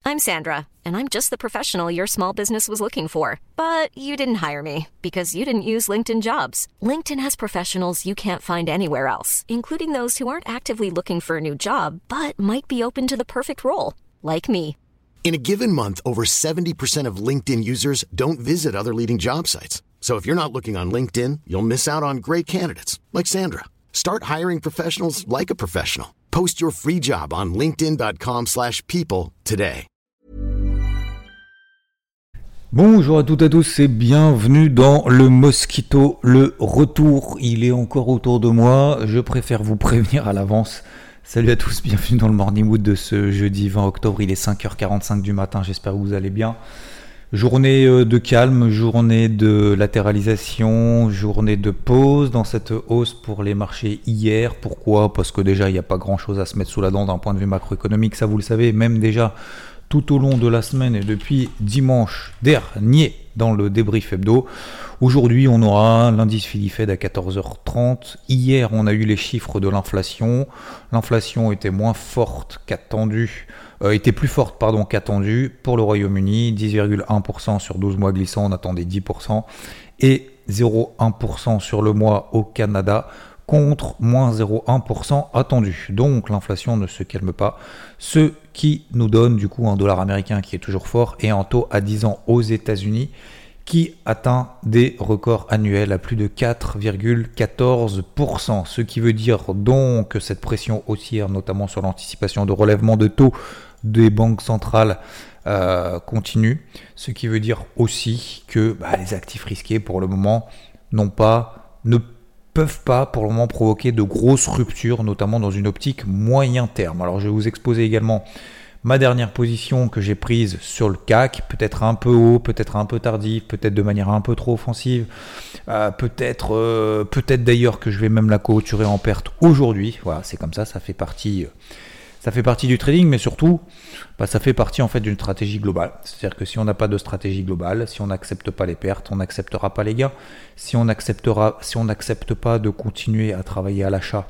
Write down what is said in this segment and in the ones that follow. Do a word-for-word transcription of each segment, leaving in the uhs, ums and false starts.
I'm Sandra, and I'm just the professional your small business was looking for. But you didn't hire me because you didn't use LinkedIn Jobs. LinkedIn has professionals you can't find anywhere else, including those who aren't actively looking for a new job, but might be open to the perfect role, like me. In a given month, over seventy percent of LinkedIn users don't visit other leading job sites. So if you're not looking on LinkedIn, you'll miss out on great candidates like Sandra. Start hiring professionals like a professional. Post your free job on linkedin dot com slash people today. Bonjour à toutes et à tous et bienvenue dans le Mosquito, le retour. Il est encore autour de moi, je préfère vous prévenir à l'avance. Salut à tous, bienvenue dans le Morning Wood de ce jeudi vingt octobre, il est cinq heures quarante-cinq du matin, j'espère que vous allez bien. Journée de calme, journée de latéralisation, journée de pause dans cette hausse pour les marchés hier. Pourquoi ? Parce que déjà il n'y a pas grand chose à se mettre sous la dent d'un point de vue macroéconomique, ça vous le savez, même déjà tout au long de la semaine et depuis dimanche dernier dans le débrief hebdo. Aujourd'hui, on aura l'indice Philly Fed à quatorze heures trente. Hier, on a eu les chiffres de l'inflation. L'inflation était moins forte qu'attendue, euh, était plus forte pardon qu'attendue pour le Royaume-Uni. dix virgule un pour cent sur douze mois glissants, on attendait dix pour cent. Et zéro virgule un pour cent sur le mois au Canada, contre moins zéro virgule un pour cent attendu. Donc l'inflation ne se calme pas, ce qui nous donne du coup un dollar américain qui est toujours fort et un taux à dix ans aux États-Unis qui atteint des records annuels à plus de quatre virgule quatorze pour cent. Ce qui veut dire donc que cette pression haussière, notamment sur l'anticipation de relèvement de taux des banques centrales, euh, continue. Ce qui veut dire aussi que bah, les actifs risqués pour le moment n'ont pas, ne peuvent pas pour le moment provoquer de grosses ruptures, notamment dans une optique moyen terme. Alors je vais vous exposer également ma dernière position que j'ai prise sur le C A C, peut-être un peu haut, peut-être un peu tardif, peut-être de manière un peu trop offensive, euh, peut-être, euh, peut-être d'ailleurs que je vais même la clôturer en perte aujourd'hui. Voilà, c'est comme ça, ça fait partie, ça fait partie du trading, mais surtout, bah, ça fait partie en fait d'une stratégie globale. C'est-à-dire que si on n'a pas de stratégie globale, si on n'accepte pas les pertes, on n'acceptera pas les gains. Si on acceptera, si on n'accepte pas de continuer à travailler à l'achat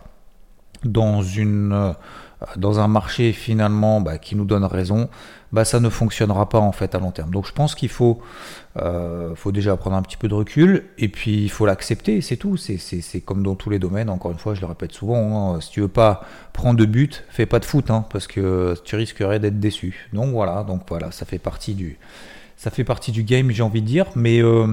dans une euh, dans un marché finalement bah, qui nous donne raison, bah, ça ne fonctionnera pas en fait à long terme. Donc je pense qu'il faut, euh, faut déjà prendre un petit peu de recul et puis il faut l'accepter, c'est tout. C'est, c'est, c'est comme dans tous les domaines, encore une fois je le répète souvent, hein, si tu veux pas prendre de but, fais pas de foot, hein, parce que tu risquerais d'être déçu. Donc voilà, donc voilà, ça fait partie du, ça fait partie du game, j'ai envie de dire, mais euh,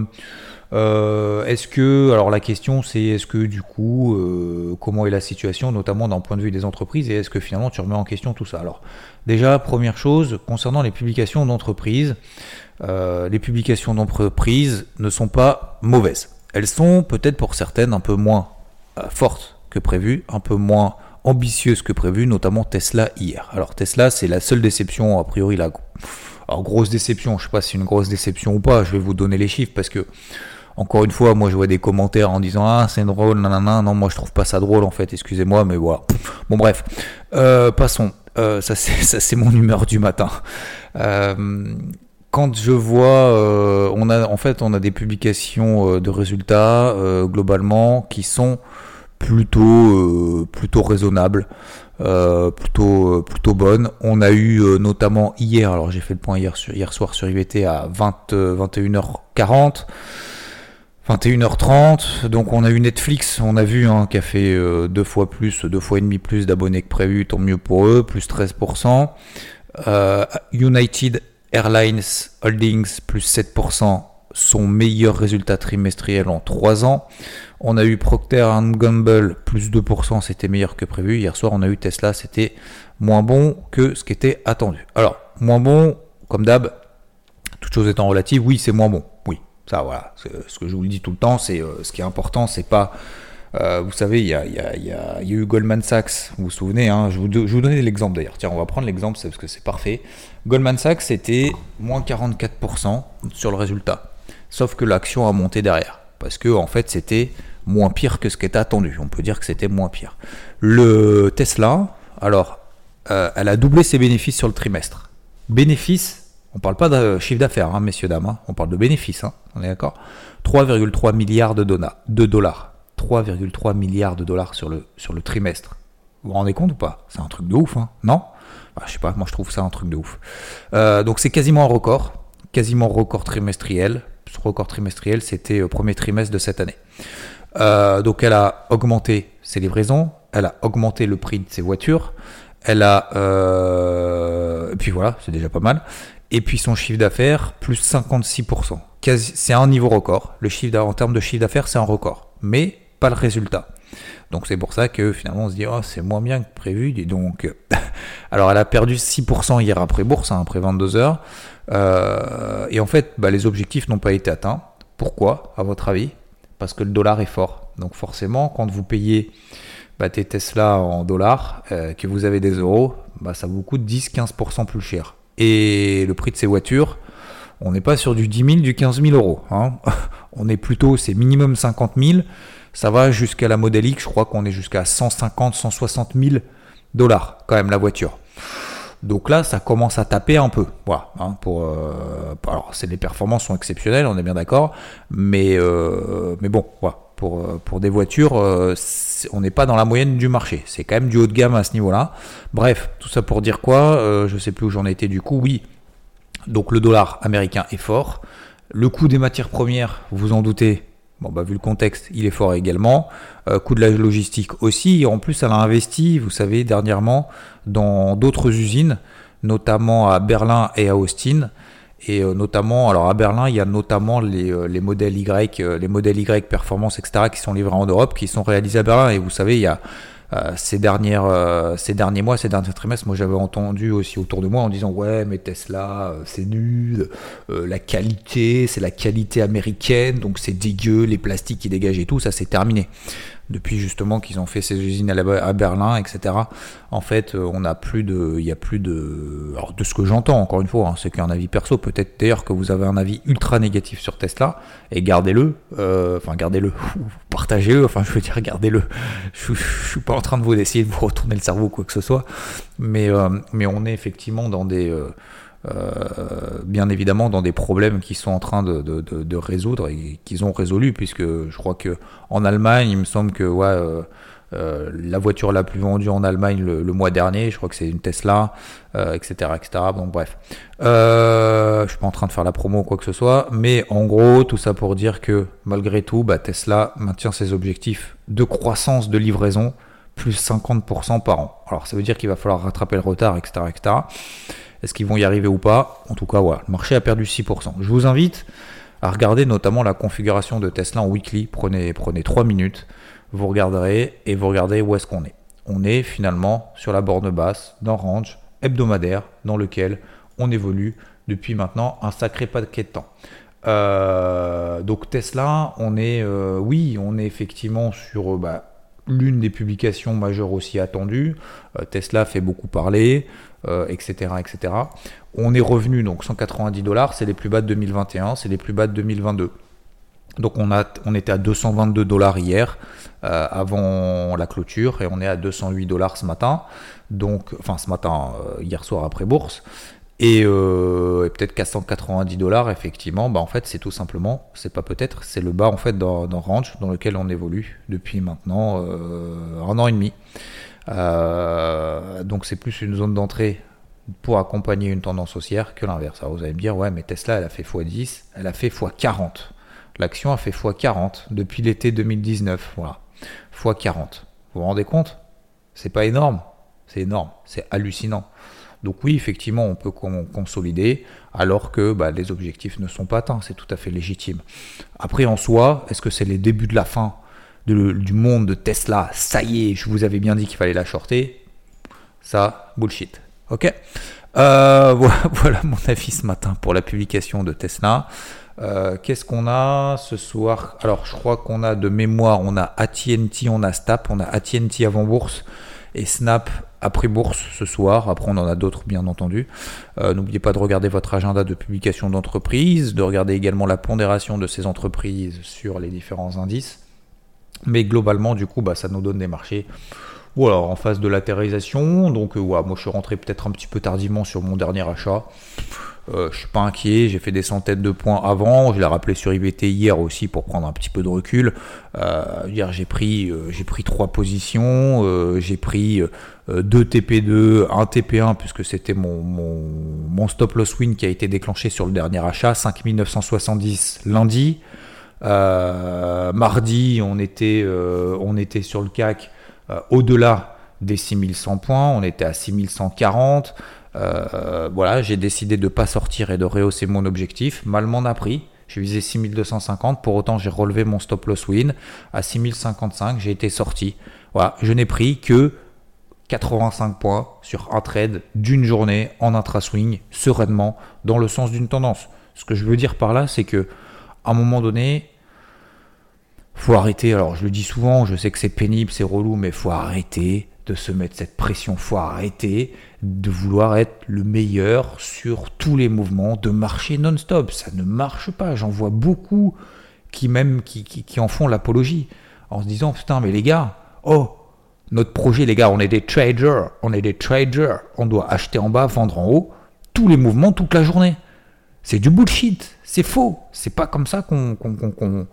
Euh, est-ce que, alors la question c'est est-ce que du coup, euh, comment est la situation, notamment d'un point de vue des entreprises, et est-ce que finalement tu remets en question tout ça ? Alors déjà, première chose, concernant les publications d'entreprises, euh, les publications d'entreprises ne sont pas mauvaises. Elles sont peut-être pour certaines un peu moins euh, fortes que prévu, un peu moins ambitieuses que prévu, notamment Tesla hier. Alors Tesla, c'est la seule déception, a priori la alors grosse déception, je sais pas si c'est une grosse déception ou pas, je vais vous donner les chiffres parce que encore une fois, moi je vois des commentaires en disant ah c'est drôle, nanana, non moi je trouve pas ça drôle en fait, excusez-moi, mais voilà. Bon bref, euh, passons. Euh, ça c'est ça c'est mon humeur du matin. Euh, quand je vois, euh, on a en fait on a des publications euh, de résultats euh, globalement qui sont plutôt euh, plutôt raisonnables. Euh, plutôt plutôt bonne. On a eu euh, notamment hier, alors j'ai fait le point hier, sur, hier soir sur I V T à vingt, euh, vingt et une heures quarante, vingt et une heures trente, donc on a eu Netflix, on a vu hein, qui a fait euh, deux fois plus, deux fois et demi plus d'abonnés que prévu, tant mieux pour eux, plus treize pour cent. Euh, United Airlines Holdings plus sept pour cent, son meilleur résultat trimestriel en trois ans. On a eu Procter and Gamble, plus deux pour cent, c'était meilleur que prévu. Hier soir, on a eu Tesla, c'était moins bon que ce qui était attendu. Alors, moins bon, comme d'hab, toute chose étant relative, oui, c'est moins bon. Oui, ça, voilà. C'est, ce que je vous le dis tout le temps, c'est euh, ce qui est important, c'est pas... Euh, vous savez, il y a, y, a, y, a, y a eu Goldman Sachs, vous vous souvenez, hein, je, vous, je vous donnais l'exemple d'ailleurs. Tiens, on va prendre l'exemple, c'est parce que c'est parfait. Goldman Sachs, c'était moins quarante-quatre pour cent sur le résultat. Sauf que l'action a monté derrière. Parce que en fait c'était moins pire que ce qui était attendu. On peut dire que c'était moins pire. Le Tesla, alors, euh, elle a doublé ses bénéfices sur le trimestre. Bénéfices, on ne parle pas de chiffre d'affaires, hein, messieurs, dames, hein, on parle de bénéfices, hein, on est d'accord ? trois virgule trois milliards de dollars. trois virgule trois milliards de dollars sur le, sur le trimestre. Vous vous rendez compte ou pas ? C'est un truc de ouf, hein, non ? Bah, je sais pas, moi je trouve ça un truc de ouf. Euh, donc c'est quasiment un record, quasiment record trimestriel. Ce record trimestriel, c'était au premier trimestre de cette année. Euh, donc elle a augmenté ses livraisons, elle a augmenté le prix de ses voitures, elle a... Euh, et puis voilà, c'est déjà pas mal. Et puis son chiffre d'affaires, plus cinquante-six pour cent. Quasi, c'est un niveau record. Le chiffre en termes de chiffre d'affaires, c'est un record. Mais pas le résultat. Donc c'est pour ça que finalement on se dit oh, c'est moins bien que prévu. Dis donc. Alors elle a perdu six pour cent hier après bourse, hein, après vingt-deux heures. Euh, et en fait, bah, les objectifs n'ont pas été atteints. Pourquoi, à votre avis ? Parce que le dollar est fort. Donc forcément, quand vous payez bah, tes Tesla en dollars, euh, que vous avez des euros, bah, ça vous coûte dix à quinze pour cent plus cher. Et le prix de ces voitures, on n'est pas sur du dix mille, du quinze mille euros. Hein. On est plutôt, c'est minimum cinquante mille. Ça va jusqu'à la Model X, je crois qu'on est jusqu'à cent cinquante, cent soixante mille dollars quand même la voiture. Donc là, ça commence à taper un peu. Voilà. Hein, pour, euh, alors, c'est, les performances sont exceptionnelles, on est bien d'accord. Mais, euh, mais bon, voilà. Pour, pour des voitures, euh, on n'est pas dans la moyenne du marché. C'est quand même du haut de gamme à ce niveau-là. Bref, tout ça pour dire quoi euh, Je ne sais plus où j'en étais du coup. Oui, donc le dollar américain est fort. Le coût des matières premières, vous vous en doutez, bon, bah, vu le contexte, il est fort également. Euh, coût de la logistique aussi. Et en plus, elle a investi, vous savez, dernièrement, dans d'autres usines, notamment à Berlin et à Austin. Et euh, notamment, alors à Berlin, il y a notamment les, euh, les modèles Y, euh, les modèles Y performance, et cetera, qui sont livrés en Europe, qui sont réalisés à Berlin. Et vous savez, il y a euh, ces dernières, euh, ces derniers mois, ces derniers trimestres, moi j'avais entendu aussi autour de moi en disant ouais, mais Tesla, euh, c'est nul, euh, la qualité, c'est la qualité américaine, donc c'est dégueu, les plastiques qui dégagent et tout, ça c'est terminé. Depuis justement qu'ils ont fait ces usines à, la, à Berlin, et cetera. En fait, on n'a plus de, il y a plus de, alors de ce que j'entends encore une fois, hein, c'est qu'un avis perso. Peut-être d'ailleurs que vous avez un avis ultra négatif sur Tesla et gardez-le, euh, enfin gardez-le, partagez-le, enfin je veux dire gardez-le. Je, je suis pas en train de vous essayer de vous retourner le cerveau ou quoi que ce soit, mais euh, mais on est effectivement dans des euh, Euh, bien évidemment dans des problèmes qui sont en train de, de, de, de résoudre et qu'ils ont résolu, puisque je crois que en Allemagne, il me semble que ouais, euh, euh, la voiture la plus vendue en Allemagne le, le mois dernier, je crois que c'est une Tesla, euh, et cetera, et cetera. Donc bref, euh, je suis pas en train de faire la promo ou quoi que ce soit, mais en gros, tout ça pour dire que malgré tout, bah, Tesla maintient ses objectifs de croissance de livraison plus cinquante pour cent par an. Alors ça veut dire qu'il va falloir rattraper le retard, et cetera, et cetera. Est-ce qu'ils vont y arriver ou pas ? En tout cas, voilà, le marché a perdu six pour cent. Je vous invite à regarder notamment la configuration de Tesla en weekly. Prenez, prenez trois minutes, vous regarderez et vous regardez où est-ce qu'on est. On est finalement sur la borne basse d'un range hebdomadaire dans lequel on évolue depuis maintenant un sacré paquet de temps. Euh, donc Tesla, on est, euh, oui, on est effectivement sur... Euh, bah, l'une des publications majeures aussi attendues. Euh, Tesla fait beaucoup parler, euh, et cetera, et cetera. On est revenu donc cent quatre-vingt-dix dollars, c'est les plus bas de deux mille vingt et un, c'est les plus bas de deux mille vingt-deux. Donc on, a, on était à deux cent vingt-deux dollars hier, euh, avant la clôture, et on est à deux cent huit dollars ce matin. Donc, enfin ce matin, euh, hier soir après bourse. Et, euh, et peut-être qu'à cent quatre-vingt-dix dollars, effectivement, bah en fait, c'est tout simplement, c'est pas peut-être, c'est le bas en fait dans, dans range dans lequel on évolue depuis maintenant euh, un an et demi. Euh, donc c'est plus une zone d'entrée pour accompagner une tendance haussière que l'inverse. Alors vous allez me dire, ouais, mais Tesla, elle a fait fois dix, elle a fait fois quarante. L'action a fait fois quarante depuis l'été deux mille dix-neuf, voilà, fois quarante. Vous vous rendez compte ? C'est pas énorme, c'est énorme, c'est hallucinant. Donc oui, effectivement, on peut consolider alors que bah, les objectifs ne sont pas atteints, c'est tout à fait légitime. Après, en soi, est-ce que c'est les débuts de la fin de, du monde de Tesla ? Ça y est, je vous avais bien dit qu'il fallait la shorter. Ça, bullshit. Ok. Euh, voilà mon avis ce matin pour la publication de Tesla. Euh, qu'est-ce qu'on a ce soir ? Alors, je crois qu'on a de mémoire, on a A T and T, on a Snap, on a A T and T avant bourse et Snap après bourse ce soir. Après, on en a d'autres, bien entendu. Euh, n'oubliez pas de regarder votre agenda de publication d'entreprise, de regarder également la pondération de ces entreprises sur les différents indices. Mais globalement, du coup, bah, ça nous donne des marchés voilà, en phase de latérisation. Donc, euh, ouais, moi, je suis rentré peut-être un petit peu tardivement sur mon dernier achat. Euh, je suis pas inquiet, j'ai fait des centaines de points avant, je l'ai rappelé sur I V T hier aussi pour prendre un petit peu de recul. Euh, hier j'ai pris euh, j'ai pris trois positions, euh, j'ai pris euh, deux T P deux, un T P un puisque c'était mon, mon, mon stop loss win qui a été déclenché sur le dernier achat, cinq mille neuf cent soixante-dix lundi. Euh, mardi on était, euh, on était sur le C A C euh, au-delà des six mille cent points, on était à six mille cent quarante. Euh, voilà, j'ai décidé de ne pas sortir et de rehausser mon objectif. Mal m'en a pris. J'ai visé six mille deux cent cinquante. Pour autant, j'ai relevé mon stop loss win à six mille cinquante-cinq. J'ai été sorti. Voilà, je n'ai pris que quatre-vingt-cinq points sur un trade d'une journée en intra-swing, sereinement, dans le sens d'une tendance. Ce que je veux dire par là, c'est que à un moment donné, faut arrêter. Alors, je le dis souvent, je sais que c'est pénible, c'est relou, mais faut arrêter de se mettre cette pression, faut arrêter de vouloir être le meilleur sur tous les mouvements de marché non-stop. Ça ne marche pas. J'en vois beaucoup qui même qui, qui, qui en font l'apologie en se disant putain mais les gars, oh notre projet les gars, on est des traders, on est des traders, on doit acheter en bas, vendre en haut, tous les mouvements toute la journée. C'est du bullshit, c'est faux. C'est pas comme ça qu'on, qu'on, qu'on, qu'on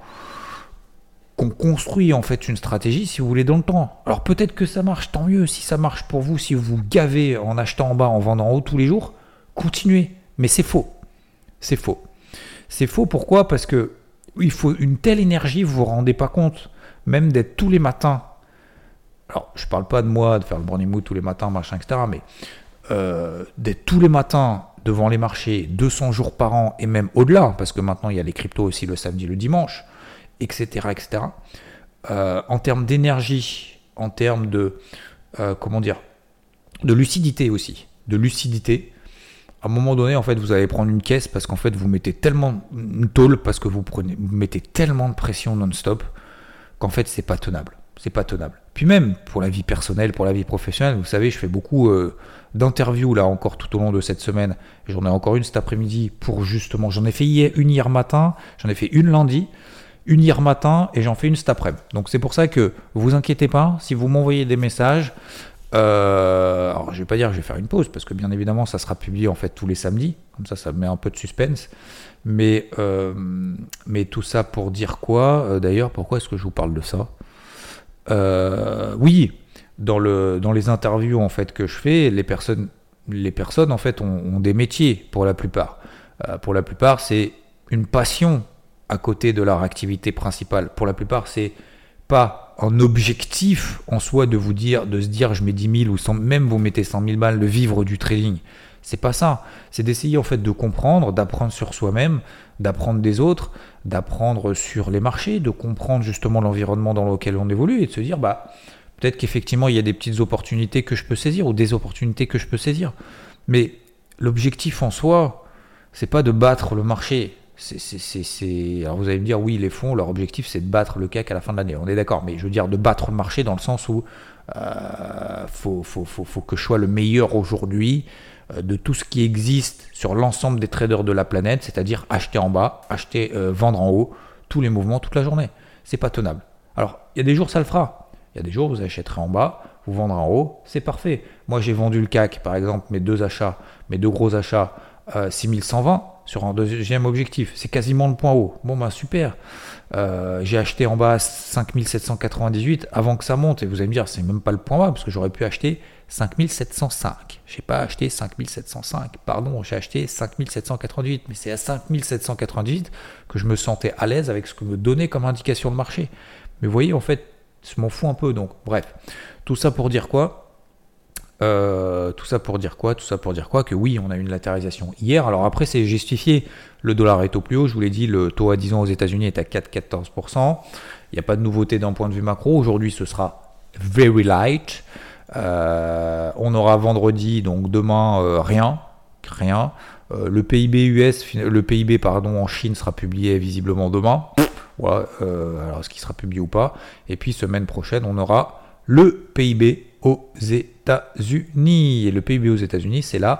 qu'on construit en fait une stratégie si vous voulez dans le temps. Alors peut-être que ça marche, tant mieux si ça marche pour vous, si vous vous gavez en achetant en bas, en vendant en haut tous les jours, continuez. Mais c'est faux. C'est faux. C'est faux pourquoi ? Parce que il faut une telle énergie, vous ne vous rendez pas compte, même d'être tous les matins. Alors je ne parle pas de moi, de faire le morning mood tous les matins, machin, et cetera. Mais euh, d'être tous les matins devant les marchés, deux cents jours par an et même au-delà, parce que maintenant il y a les cryptos aussi le samedi, le dimanche, etc., et cetera. Euh, en termes d'énergie, en termes de, euh, comment dire, de lucidité aussi, de lucidité. À un moment donné, en fait, vous allez prendre une caisse parce qu'en fait, vous mettez tellement une tôle parce que vous prenez, vous mettez tellement de pression non-stop qu'en fait, c'est pas tenable. C'est pas tenable. Puis même pour la vie personnelle, pour la vie professionnelle, vous savez, je fais beaucoup euh, d'interviews là encore tout au long de cette semaine. J'en ai encore une cet après-midi pour justement, j'en ai fait hier, une hier matin, j'en ai fait une lundi. Une hier matin et j'en fais une cet après-midi. Donc c'est pour ça que vous inquiétez pas, si vous m'envoyez des messages, euh, alors je vais pas dire que je vais faire une pause parce que bien évidemment ça sera publié en fait tous les samedis, comme ça ça met un peu de suspense. Mais, euh, mais tout ça pour dire quoi euh, d'ailleurs, pourquoi est-ce que je vous parle de ça euh, Oui, dans, le, dans les interviews en fait que je fais, les personnes, les personnes en fait ont, ont des métiers pour la plupart. Euh, pour la plupart c'est une passion à côté de leur activité principale. Pour la plupart, c'est pas un objectif en soi de vous dire, de se dire je mets dix mille ou cent, même vous mettez cent mille balles, de vivre du trading. C'est pas ça. C'est d'essayer en fait de comprendre, d'apprendre sur soi-même, d'apprendre des autres, d'apprendre sur les marchés, de comprendre justement l'environnement dans lequel on évolue et de se dire bah peut-être qu'effectivement il y a des petites opportunités que je peux saisir ou des opportunités que je peux saisir. Mais l'objectif en soi, c'est pas de battre le marché. C'est, c'est, c'est, c'est... Alors vous allez me dire, oui, les fonds, leur objectif, c'est de battre le C A C à la fin de l'année. On est d'accord, mais je veux dire de battre le marché dans le sens où euh, faut, faut, faut, faut que je sois le meilleur aujourd'hui euh, de tout ce qui existe sur l'ensemble des traders de la planète, c'est-à-dire acheter en bas, acheter, euh, vendre en haut, tous les mouvements, toute la journée. C'est pas tenable. Alors, il y a des jours, ça le fera. Il y a des jours, vous achèterez en bas, vous vendrez en haut, c'est parfait. Moi, j'ai vendu le C A C, par exemple, mes deux achats, mes deux gros achats, euh, six mille cent vingt. Sur un deuxième objectif, c'est quasiment le point haut. Bon bah super. Euh, j'ai acheté en bas cinq mille sept cent quatre-vingt-dix-huit avant que ça monte. Et vous allez me dire, c'est même pas le point bas parce que j'aurais pu acheter cinq mille sept cent cinq. J'ai pas acheté cinq mille sept cent cinq. Pardon, j'ai acheté cinq mille sept cent quatre-vingt-dix-huit. Mais c'est à cinq mille sept cent quatre-vingt-dix-huit que je me sentais à l'aise avec ce que me donnait comme indication le marché. Mais vous voyez, en fait, je m'en fous un peu. Donc bref, tout ça pour dire quoi ? Euh, tout ça pour dire quoi Tout ça pour dire quoi Que oui, on a eu une latéralisation hier. Alors après, c'est justifié. Le dollar est au plus haut. Je vous l'ai dit, le taux à dix ans aux États-Unis est à quatre virgule quatorze pour cent. Il n'y a pas de nouveauté d'un point de vue macro. Aujourd'hui, ce sera very light. Euh, on aura vendredi, donc demain, euh, rien. Rien. Euh, le P I B U S, le P I B pardon, en Chine sera publié visiblement demain. Voilà, euh, alors est-ce qu'il sera publié ou pas ? Et puis, semaine prochaine, on aura le P I B aux États-Unis. Et le P I B aux États-Unis, c'est la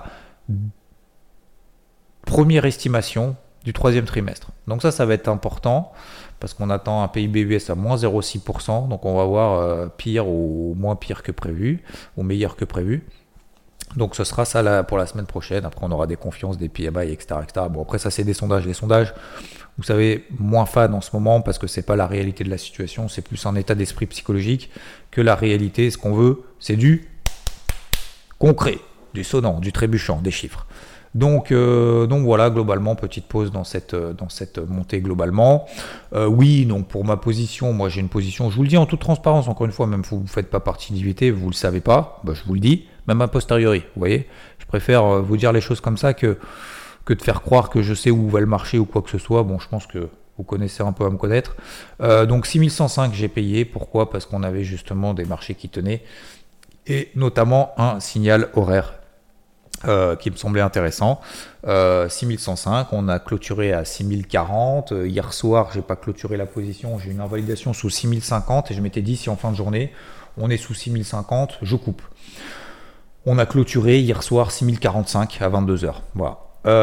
première estimation du troisième trimestre. Donc ça, ça va être important parce qu'on attend un P I B U S à moins zéro virgule six pour cent. Donc on va voir euh, pire ou moins pire que prévu, ou meilleur que prévu. Donc ce sera ça là, pour la semaine prochaine. Après, on aura des confiances, des P M I, et cetera, et cetera. Bon, après, ça, c'est des sondages. Les sondages, vous savez, moins fan en ce moment parce que c'est pas la réalité de la situation. C'est plus un état d'esprit psychologique que la réalité. Ce qu'on veut, c'est du concret, du sonnant, du trébuchant, des chiffres. Donc, euh, donc voilà, globalement, petite pause dans cette, dans cette montée globalement. Euh, oui, donc pour ma position, moi j'ai une position, je vous le dis en toute transparence, encore une fois, même si vous ne faites pas partie d'I V T, vous ne le savez pas, bah, je vous le dis, même a posteriori, vous voyez. Je préfère vous dire les choses comme ça que, que de faire croire que je sais où va le marché ou quoi que ce soit. Bon, je pense que vous connaissez un peu à me connaître. Euh, donc six mille cent cinq, j'ai payé. Pourquoi ? Parce qu'on avait justement des marchés qui tenaient, et notamment un signal horaire. Euh, qui me semblait intéressant. Euh, six mille cent cinq, on a clôturé à six mille quarante. Euh, hier soir, j'ai pas clôturé la position, j'ai une invalidation sous six mille cinquante et je m'étais dit si en fin de journée on est sous six mille cinquante, je coupe. On a clôturé hier soir six mille quarante-cinq à vingt-deux heures. Voilà.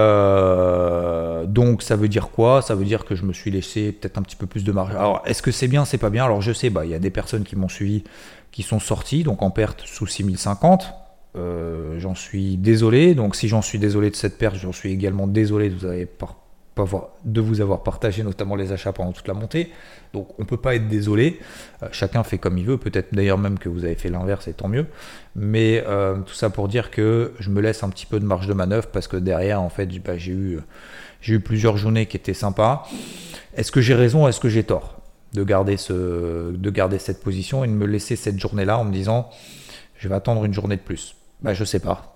Euh, donc ça veut dire quoi ? Ça veut dire que je me suis laissé peut-être un petit peu plus de marge. Alors est-ce que c'est bien, c'est pas bien ? Alors je sais, bah il y a des personnes qui m'ont suivi qui sont sorties donc en perte sous six mille cinquante. Euh, j'en suis désolé, donc si j'en suis désolé de cette perte, j'en suis également désolé de vous, avez par, pas voir, de vous avoir partagé notamment les achats pendant toute la montée, donc on peut pas être désolé, euh, chacun fait comme il veut, peut-être d'ailleurs même que vous avez fait l'inverse et tant mieux, mais euh, tout ça pour dire que je me laisse un petit peu de marge de manœuvre parce que derrière en fait bah, j'ai, eu, j'ai eu plusieurs journées qui étaient sympas. Est-ce que j'ai raison, est-ce que j'ai tort de garder, ce, de garder cette position et de me laisser cette journée-là en me disant je vais attendre une journée de plus? Bah, je sais pas.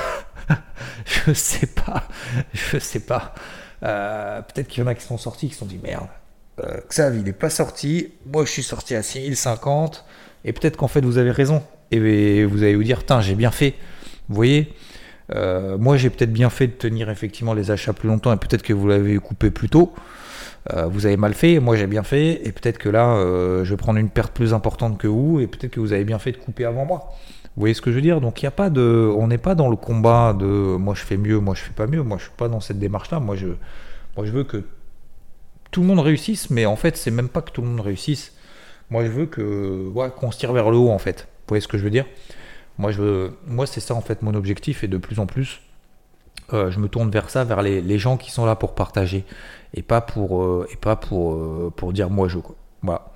je sais pas. Je sais pas. Euh, peut-être qu'il y en a qui sont sortis, qui se sont dit merde. Euh, Xav, il n'est pas sorti. Moi, je suis sorti à six mille cinquante. Et peut-être qu'en fait, vous avez raison. Et vous allez vous dire, tiens, j'ai bien fait. Vous voyez, euh, moi, j'ai peut-être bien fait de tenir effectivement les achats plus longtemps. Et peut-être que vous l'avez coupé plus tôt. Euh, vous avez mal fait. Moi, j'ai bien fait. Et peut-être que là, euh, je vais prendre une perte plus importante que vous. Et peut-être que vous avez bien fait de couper avant moi. Vous voyez ce que je veux dire ? Donc il y a pas de, on n'est pas dans le combat de moi je fais mieux, moi je fais pas mieux. Moi je suis pas dans cette démarche-là. Moi je, moi je veux que tout le monde réussisse, mais en fait c'est même pas que tout le monde réussisse. Moi je veux que, ouais, qu'on se tire vers le haut en fait. Vous voyez ce que je veux dire ? Moi je veux, moi c'est ça en fait mon objectif et de plus en plus euh, je me tourne vers ça, vers les, les gens qui sont là pour partager et pas pour euh, et pas pour euh, pour dire moi je quoi. Voilà.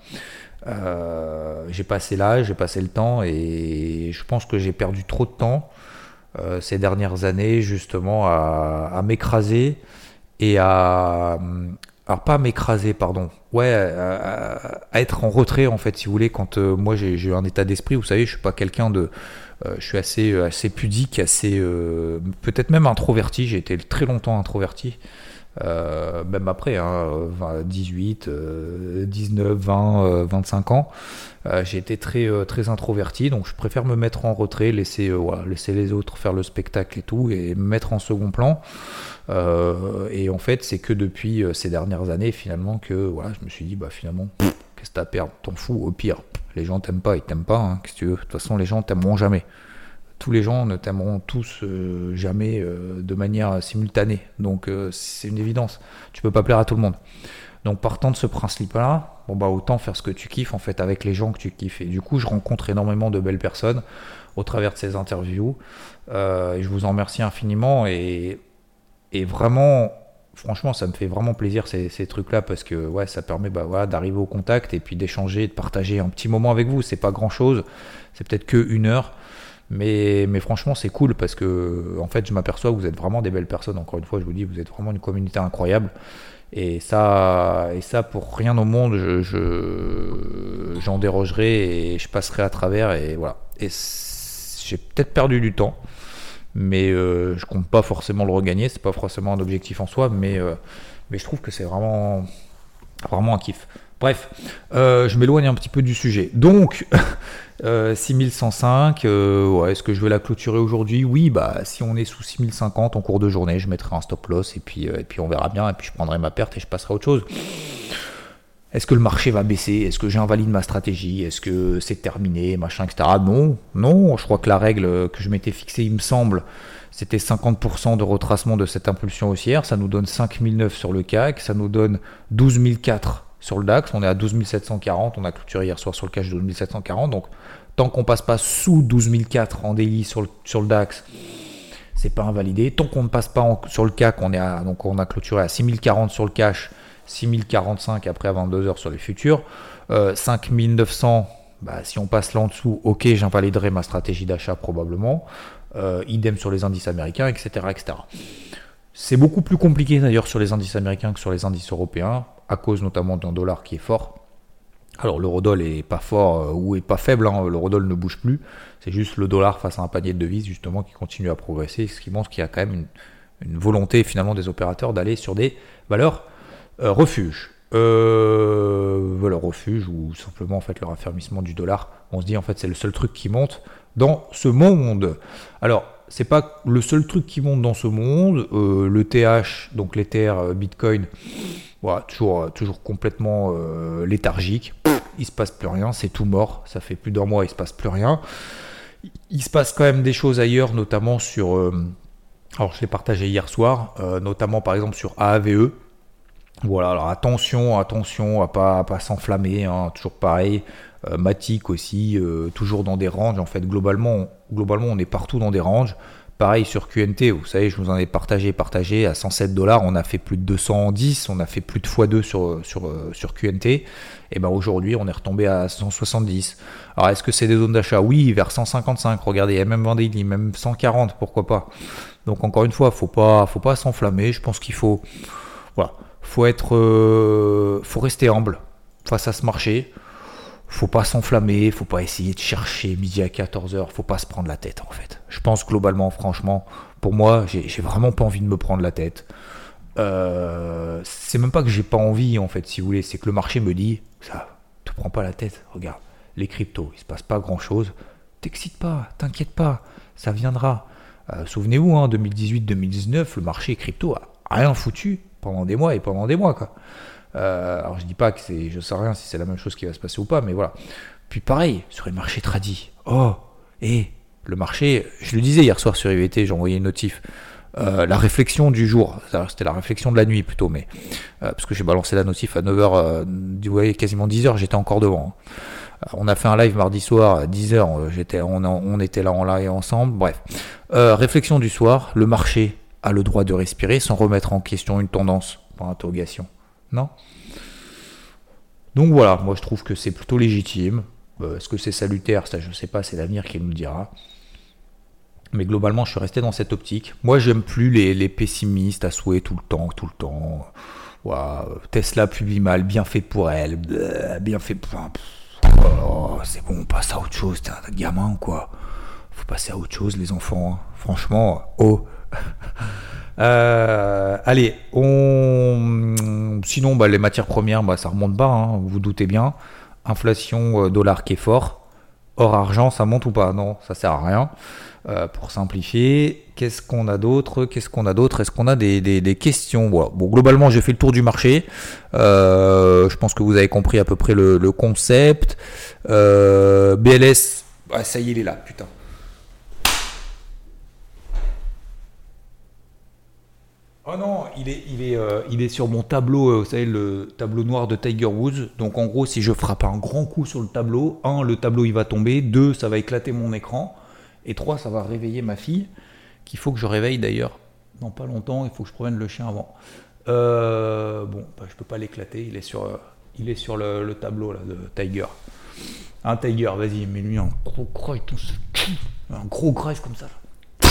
Euh, j'ai passé l'âge, j'ai passé le temps et je pense que j'ai perdu trop de temps euh, ces dernières années justement à, à m'écraser et à, alors pas à m'écraser pardon, ouais, à, à être en retrait en fait si vous voulez quand euh, moi j'ai, j'ai eu un état d'esprit, vous savez, je suis pas quelqu'un de, euh, je suis assez assez pudique, assez euh, peut-être même introverti, j'ai été très longtemps introverti. Euh, même après hein, dix-huit, euh, dix-neuf, vingt, euh, vingt-cinq ans euh, j'ai été très, euh, très introverti, donc je préfère me mettre en retrait, laisser, euh, voilà, laisser les autres faire le spectacle et tout et me mettre en second plan euh, et en fait c'est que depuis euh, ces dernières années finalement que voilà, je me suis dit bah finalement pff, qu'est-ce que t'as à perdre, t'en fous, au pire les gens t'aiment pas, ils t'aiment pas hein, qu'est-ce que tu veux, de toute façon les gens t'aimeront jamais. Tous les gens ne t'aimeront tous euh, jamais euh, de manière simultanée. Donc euh, c'est une évidence. Tu peux pas plaire à tout le monde. Donc partant de ce principe-là, bon bah autant faire ce que tu kiffes en fait avec les gens que tu kiffes. Et du coup, je rencontre énormément de belles personnes au travers de ces interviews. Euh, et je vous en remercie infiniment. Et, et vraiment, franchement, ça me fait vraiment plaisir ces, ces trucs-là parce que ouais, ça permet bah, voilà, d'arriver au contact et puis d'échanger, de partager un petit moment avec vous. C'est pas grand-chose. C'est peut-être que une heure. Mais, mais franchement c'est cool parce que en fait je m'aperçois que vous êtes vraiment des belles personnes, encore une fois je vous dis vous êtes vraiment une communauté incroyable et ça, et ça pour rien au monde je, je, j'en dérogerai et je passerai à travers et voilà. Et j'ai peut-être perdu du temps mais euh, je compte pas forcément le regagner, c'est pas forcément un objectif en soi mais, euh, mais je trouve que c'est vraiment, vraiment un kiff. Bref, euh, je m'éloigne un petit peu du sujet. Donc, euh, six mille cent cinq, euh, ouais, est-ce que je vais la clôturer aujourd'hui ? Oui, bah si on est sous six mille cinquante en cours de journée, je mettrai un stop loss et puis, euh, et puis on verra bien. Et puis je prendrai ma perte et je passerai à autre chose. Est-ce que le marché va baisser ? Est-ce que j'invalide ma stratégie ? Est-ce que c'est terminé, machin, et cetera. Non, non. Je crois que la règle que je m'étais fixée, il me semble, c'était cinquante pour cent de retracement de cette impulsion haussière. Ça nous donne cinq mille neuf sur le C A C, ça nous donne douze mille quatre sur le DAX, on est à douze mille sept cent quarante, on a clôturé hier soir sur le cash douze mille sept cent quarante, donc Tant qu'on passe pas sous douze mille quatre en daily sur le, sur le DAX, c'est pas invalidé. Tant qu'on ne passe pas en, sur le C A C, on, est à, donc on a clôturé à six mille quarante sur le cash, six mille quarante-cinq après à vingt-deux heures sur les futurs. Euh, cinq mille neuf cents, bah, si on passe là en dessous, ok, j'invaliderai ma stratégie d'achat probablement. Euh, idem sur les indices américains, et cetera, et cetera. C'est beaucoup plus compliqué d'ailleurs sur les indices américains que sur les indices européens, à cause notamment d'un dollar qui est fort. Alors l'eurodoll est pas fort euh, ou est pas faible, hein, l'eurodoll ne bouge plus, c'est juste le dollar face à un panier de devises justement qui continue à progresser, ce qui montre qu'il y a quand même une, une volonté finalement des opérateurs d'aller sur des valeurs euh, refuges. Euh, valeurs refuges ou simplement en fait le raffermissement du dollar. On se dit en fait c'est le seul truc qui monte dans ce monde. Alors c'est pas le seul truc qui monte dans ce monde. Euh, le T H, donc l'Ether, euh, Bitcoin, voilà, toujours, toujours complètement euh, léthargique. Il se passe plus rien, c'est tout mort. Ça fait plus d'un mois, il se passe plus rien. Il se passe quand même des choses ailleurs, notamment sur. Euh, alors je l'ai partagé hier soir, euh, notamment par exemple sur A A V E. Voilà, alors attention, attention à pas, à pas s'enflammer, hein, toujours pareil. Euh, Matic aussi, euh, toujours dans des ranges. En fait, globalement, on, globalement, on est partout dans des ranges. Pareil sur Q N T, vous savez, je vous en ai partagé, partagé à cent sept dollars. On a fait plus de deux cent dix, on a fait plus de fois deux sur, sur, sur Q N T. Et ben aujourd'hui, on est retombé à cent soixante-dix. Alors, est-ce que c'est des zones d'achat ? Oui, vers cent cinquante-cinq. Regardez, il y a même Vendée, même cent quarante, pourquoi pas. Donc, encore une fois, faut pas, faut pas s'enflammer. Je pense qu'il faut, voilà, faut être, euh, faut rester humble face à ce marché. Faut pas s'enflammer, faut pas essayer de chercher midi à quatorze heures, faut pas se prendre la tête en fait. Je pense globalement, franchement, pour moi, j'ai, j'ai vraiment pas envie de me prendre la tête. Euh, c'est même pas que j'ai pas envie en fait, si vous voulez, c'est que le marché me dit, ça, te prends pas la tête, regarde, les cryptos, il se passe pas grand chose, t'excites pas, t'inquiète pas, ça viendra. Euh, souvenez-vous, hein, deux mille dix-huit deux mille dix-neuf, le marché crypto a rien foutu pendant des mois et pendant des mois quoi. Euh, alors je dis pas que c'est, je sais rien si c'est la même chose qui va se passer ou pas, mais voilà. Puis pareil sur les marchés tradis. Oh, et le marché, je le disais hier soir sur I V T, j'ai envoyé une notif. Euh, la réflexion du jour, c'était la réflexion de la nuit plutôt, mais euh, parce que j'ai balancé la notif à neuf heures, euh, vous voyez, quasiment dix heures, j'étais encore devant. Euh, on a fait un live mardi soir à dix heures, j'étais, on, on était là en live ensemble. Bref, euh, réflexion du soir, le marché a le droit de respirer sans remettre en question une tendance, par interrogation. Non. Donc voilà, moi je trouve que c'est plutôt légitime. Euh, est-ce que c'est salutaire ? Ça je sais pas, c'est l'avenir qui nous le dira. Mais globalement je suis resté dans cette optique. Moi j'aime plus les, les pessimistes à souhait tout le temps, tout le temps. Voilà, Tesla publie mal, bien fait pour elle, bien fait pour... Oh, c'est bon, on passe à autre chose, t'es un gamin ou quoi ? Faut passer à autre chose les enfants, hein. Franchement, oh. Euh, allez, on... sinon bah, les matières premières, bah, ça remonte bas, hein, vous vous doutez bien. Inflation, euh, dollar qui est fort. Or, argent, ça monte ou pas ? Non, ça sert à rien. Euh, pour simplifier, qu'est-ce qu'on a d'autre ? Qu'est-ce qu'on a d'autre ? Est-ce qu'on a des, des, des questions ? Voilà. Bon, globalement, j'ai fait le tour du marché. Euh, je pense que vous avez compris à peu près le, le concept. Euh, B L S, ah, ça y est, il est là, putain. Oh non, il est, il est, euh, il est sur mon tableau, euh, vous savez, le tableau noir de Tiger Woods. Donc en gros, si je frappe un grand coup sur le tableau, un, le tableau il va tomber, deux, ça va éclater mon écran, et trois, ça va réveiller ma fille, qu'il faut que je réveille d'ailleurs. Dans pas longtemps, il faut que je promène le chien avant. Euh, bon, bah, je peux pas l'éclater, il est sur, euh, il est sur le, le tableau là, de Tiger. Un Tiger, vas-y, mets-lui un gros croix, un gros crève comme ça. Là.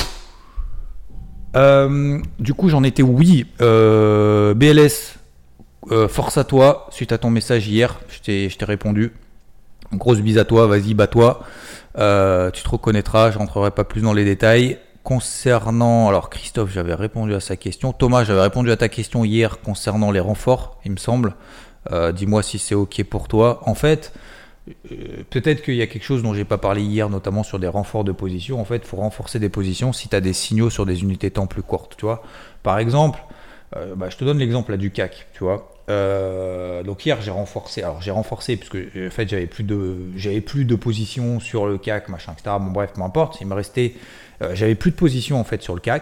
Euh, du coup j'en étais oui euh, B L S euh, force à toi suite à ton message hier, je t'ai, je t'ai répondu, grosse bise à toi, vas-y bats-toi, euh, tu te reconnaîtras, je rentrerai pas plus dans les détails. Concernant, alors Christophe j'avais répondu à sa question, Thomas j'avais répondu à ta question hier concernant les renforts il me semble, euh, dis-moi si c'est ok pour toi. En fait Euh, peut-être qu'il y a quelque chose dont j'ai pas parlé hier, notamment sur des renforts de position. En fait, il faut renforcer des positions si tu as des signaux sur des unités temps plus courtes, tu vois. Par exemple, euh, bah, je te donne l'exemple là du C A C, tu vois. Euh, donc hier j'ai renforcé, alors j'ai renforcé parce que en fait j'avais plus de, j'avais plus de position sur le C A C, machin, et cetera. Bon bref, peu importe, il me restait, euh, j'avais plus de position en fait sur le C A C.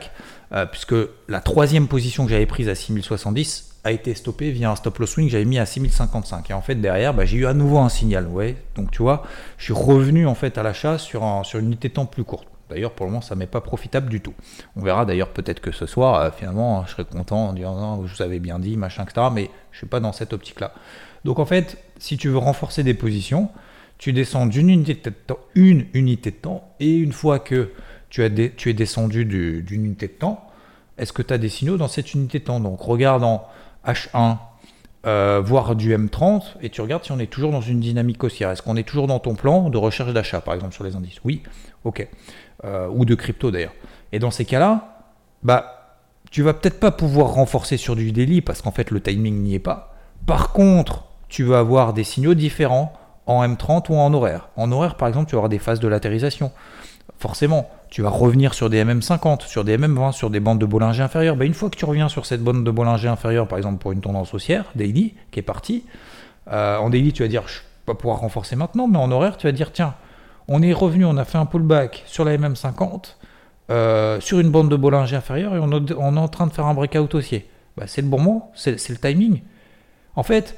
euh, puisque la troisième position que j'avais prise à six mille soixante-dix a été stoppée via un stop loss swing que j'avais mis à six mille cinquante-cinq. Et en fait, derrière, bah, j'ai eu à nouveau un signal. Ouais. Donc, tu vois, je suis revenu en fait à l'achat sur, un, sur une unité de temps plus courte. D'ailleurs, pour le moment, ça ne m'est pas profitable du tout. On verra d'ailleurs peut-être que ce soir, euh, finalement, je serai content en disant non, je vous avais bien dit, machin, et cetera. Mais je ne suis pas dans cette optique-là. Donc, en fait, si tu veux renforcer des positions, tu descends d'une unité de temps, une unité de temps, et une fois que tu, as dé, tu es descendu du, d'une unité de temps, est-ce que tu as des signaux dans cette unité de temps? Donc, regarde en H un, euh, voire du M trente, et tu regardes si on est toujours dans une dynamique haussière. Est-ce qu'on est toujours dans ton plan de recherche d'achat, par exemple, sur les indices? Oui, ok. Euh, ou de crypto d'ailleurs. Et dans ces cas-là, bah, tu vas peut-être pas pouvoir renforcer sur du daily parce qu'en fait le timing n'y est pas. Par contre, tu vas avoir des signaux différents en M trente ou en horaire. En horaire, par exemple, tu vas avoir des phases de latérisation. Forcément, tu vas revenir sur des M M cinquante, sur des M M vingt, sur des bandes de Bollinger inférieures. Bah, une fois que tu reviens sur cette bande de Bollinger inférieure, par exemple pour une tendance haussière, daily, qui est partie, euh, en daily, tu vas dire, je ne vais pas pouvoir renforcer maintenant, mais en horaire, tu vas dire, tiens, on est revenu, on a fait un pullback sur la M M cinquante, euh, sur une bande de Bollinger inférieure, et on, a, on est en train de faire un breakout haussier. Bah, c'est le bon moment, c'est, c'est le timing. En fait,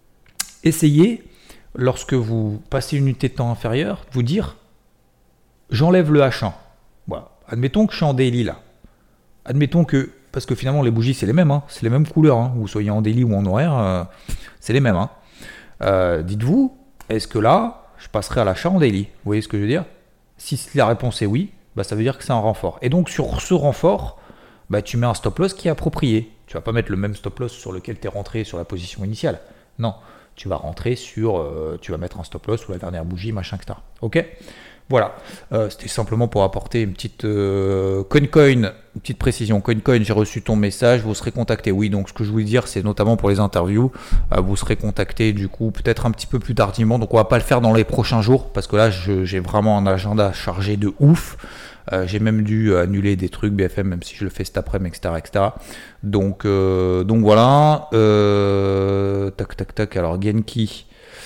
essayez, lorsque vous passez une unité de temps inférieure, de vous dire, j'enlève le H un. Voilà. Admettons que je suis en daily là. Admettons que, parce que finalement les bougies c'est les mêmes, hein, c'est les mêmes couleurs, hein, vous soyez en daily ou en horaire, euh, c'est les mêmes. Hein. Euh, dites-vous, est-ce que là, je passerai à l'achat en daily? Vous voyez ce que je veux dire? Si la réponse est oui, bah, ça veut dire que c'est un renfort. Et donc sur ce renfort, bah, tu mets un stop loss qui est approprié. Tu ne vas pas mettre le même stop loss sur lequel tu es rentré sur la position initiale. Non, tu vas rentrer sur, euh, tu vas mettre un stop loss sous la dernière bougie, machin, et cetera. Ok? Voilà, euh, c'était simplement pour apporter une petite euh, CoinCoin, une petite précision. CoinCoin, j'ai reçu ton message, vous serez contacté. Oui, donc ce que je voulais dire, c'est notamment pour les interviews, euh, vous serez contacté du coup peut-être un petit peu plus tardivement. Donc on va pas le faire dans les prochains jours parce que là, je, j'ai vraiment un agenda chargé de ouf. Euh, j'ai même dû annuler des trucs B F M, même si je le fais cet après-midi, et cetera, et cetera. Donc, euh, donc voilà. Euh, tac, tac, tac. Alors Genki.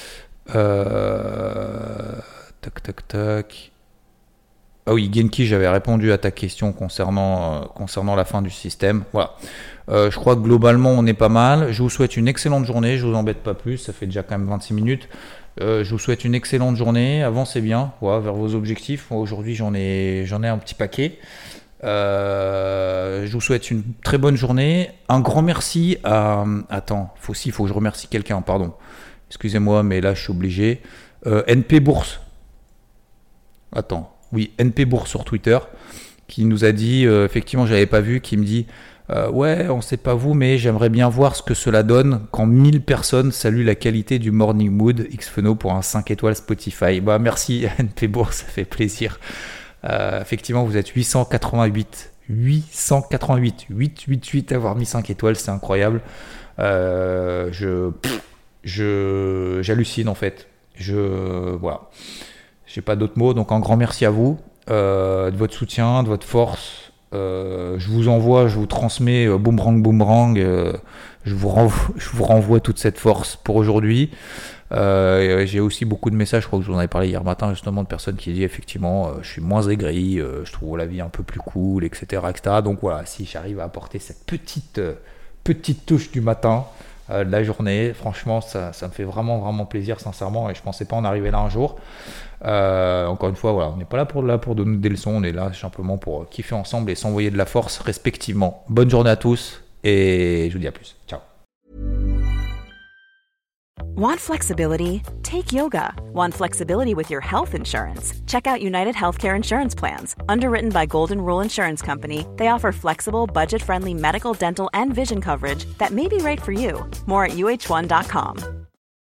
Euh, Tac, tac, tac. Ah oui, Genki, j'avais répondu à ta question concernant, euh, concernant la fin du système. Voilà. Euh, je crois que globalement, on est pas mal. Je vous souhaite une excellente journée. Je vous embête pas plus. Ça fait déjà quand même vingt-six minutes. Euh, je vous souhaite une excellente journée. Avancez bien voilà, vers vos objectifs. Moi, aujourd'hui, j'en ai, j'en ai un petit paquet. Euh, je vous souhaite une très bonne journée. Un grand merci à... Attends, faut aussi, il faut que je remercie quelqu'un. Pardon. Excusez-moi, mais là, je suis obligé. Euh, N P Bourse. Attends, oui, N P Bourse sur Twitter, qui nous a dit, euh, effectivement, j'avais pas vu, qui me dit, euh, ouais, on sait pas vous, mais j'aimerais bien voir ce que cela donne quand mille personnes saluent la qualité du Morning Mood Xfeno pour un cinq étoiles Spotify. Bah, merci N P Bourse, ça fait plaisir. Euh, effectivement, vous êtes huit cent quatre-vingt-huit, huit cent quatre-vingt-huit, huit cent quatre-vingt-huit à avoir mis cinq étoiles, c'est incroyable. Euh, je, je, j'hallucine en fait. Je, voilà. J'ai pas d'autres mots, donc un grand merci à vous euh, de votre soutien, de votre force. Euh, je vous envoie, je vous transmets euh, boomerang, boomerang. Euh, je, vous renvoie, je vous renvoie toute cette force pour aujourd'hui. Euh, j'ai aussi beaucoup de messages, je crois que je vous en avais parlé hier matin, justement, de personnes qui disent effectivement, euh, je suis moins aigri, euh, je trouve la vie un peu plus cool, et cetera, et cetera. Donc voilà, si j'arrive à apporter cette petite, euh, petite touche du matin, euh, de la journée, franchement, ça, ça me fait vraiment, vraiment plaisir, sincèrement, et je pensais pas en arriver là un jour. Euh, encore une fois, voilà, on n'est pas là pour, là pour donner des leçons, on est là simplement pour kiffer ensemble et s'envoyer de la force respectivement. Bonne journée à tous et je vous dis à plus. Ciao. Want flexibility? Take yoga. Want flexibility with your health insurance? Check out United Healthcare Insurance Plans. Underwritten by Golden Rule Insurance Company, they offer flexible, budget-friendly medical, dental, and vision coverage that may be right for you. More at U H one dot com.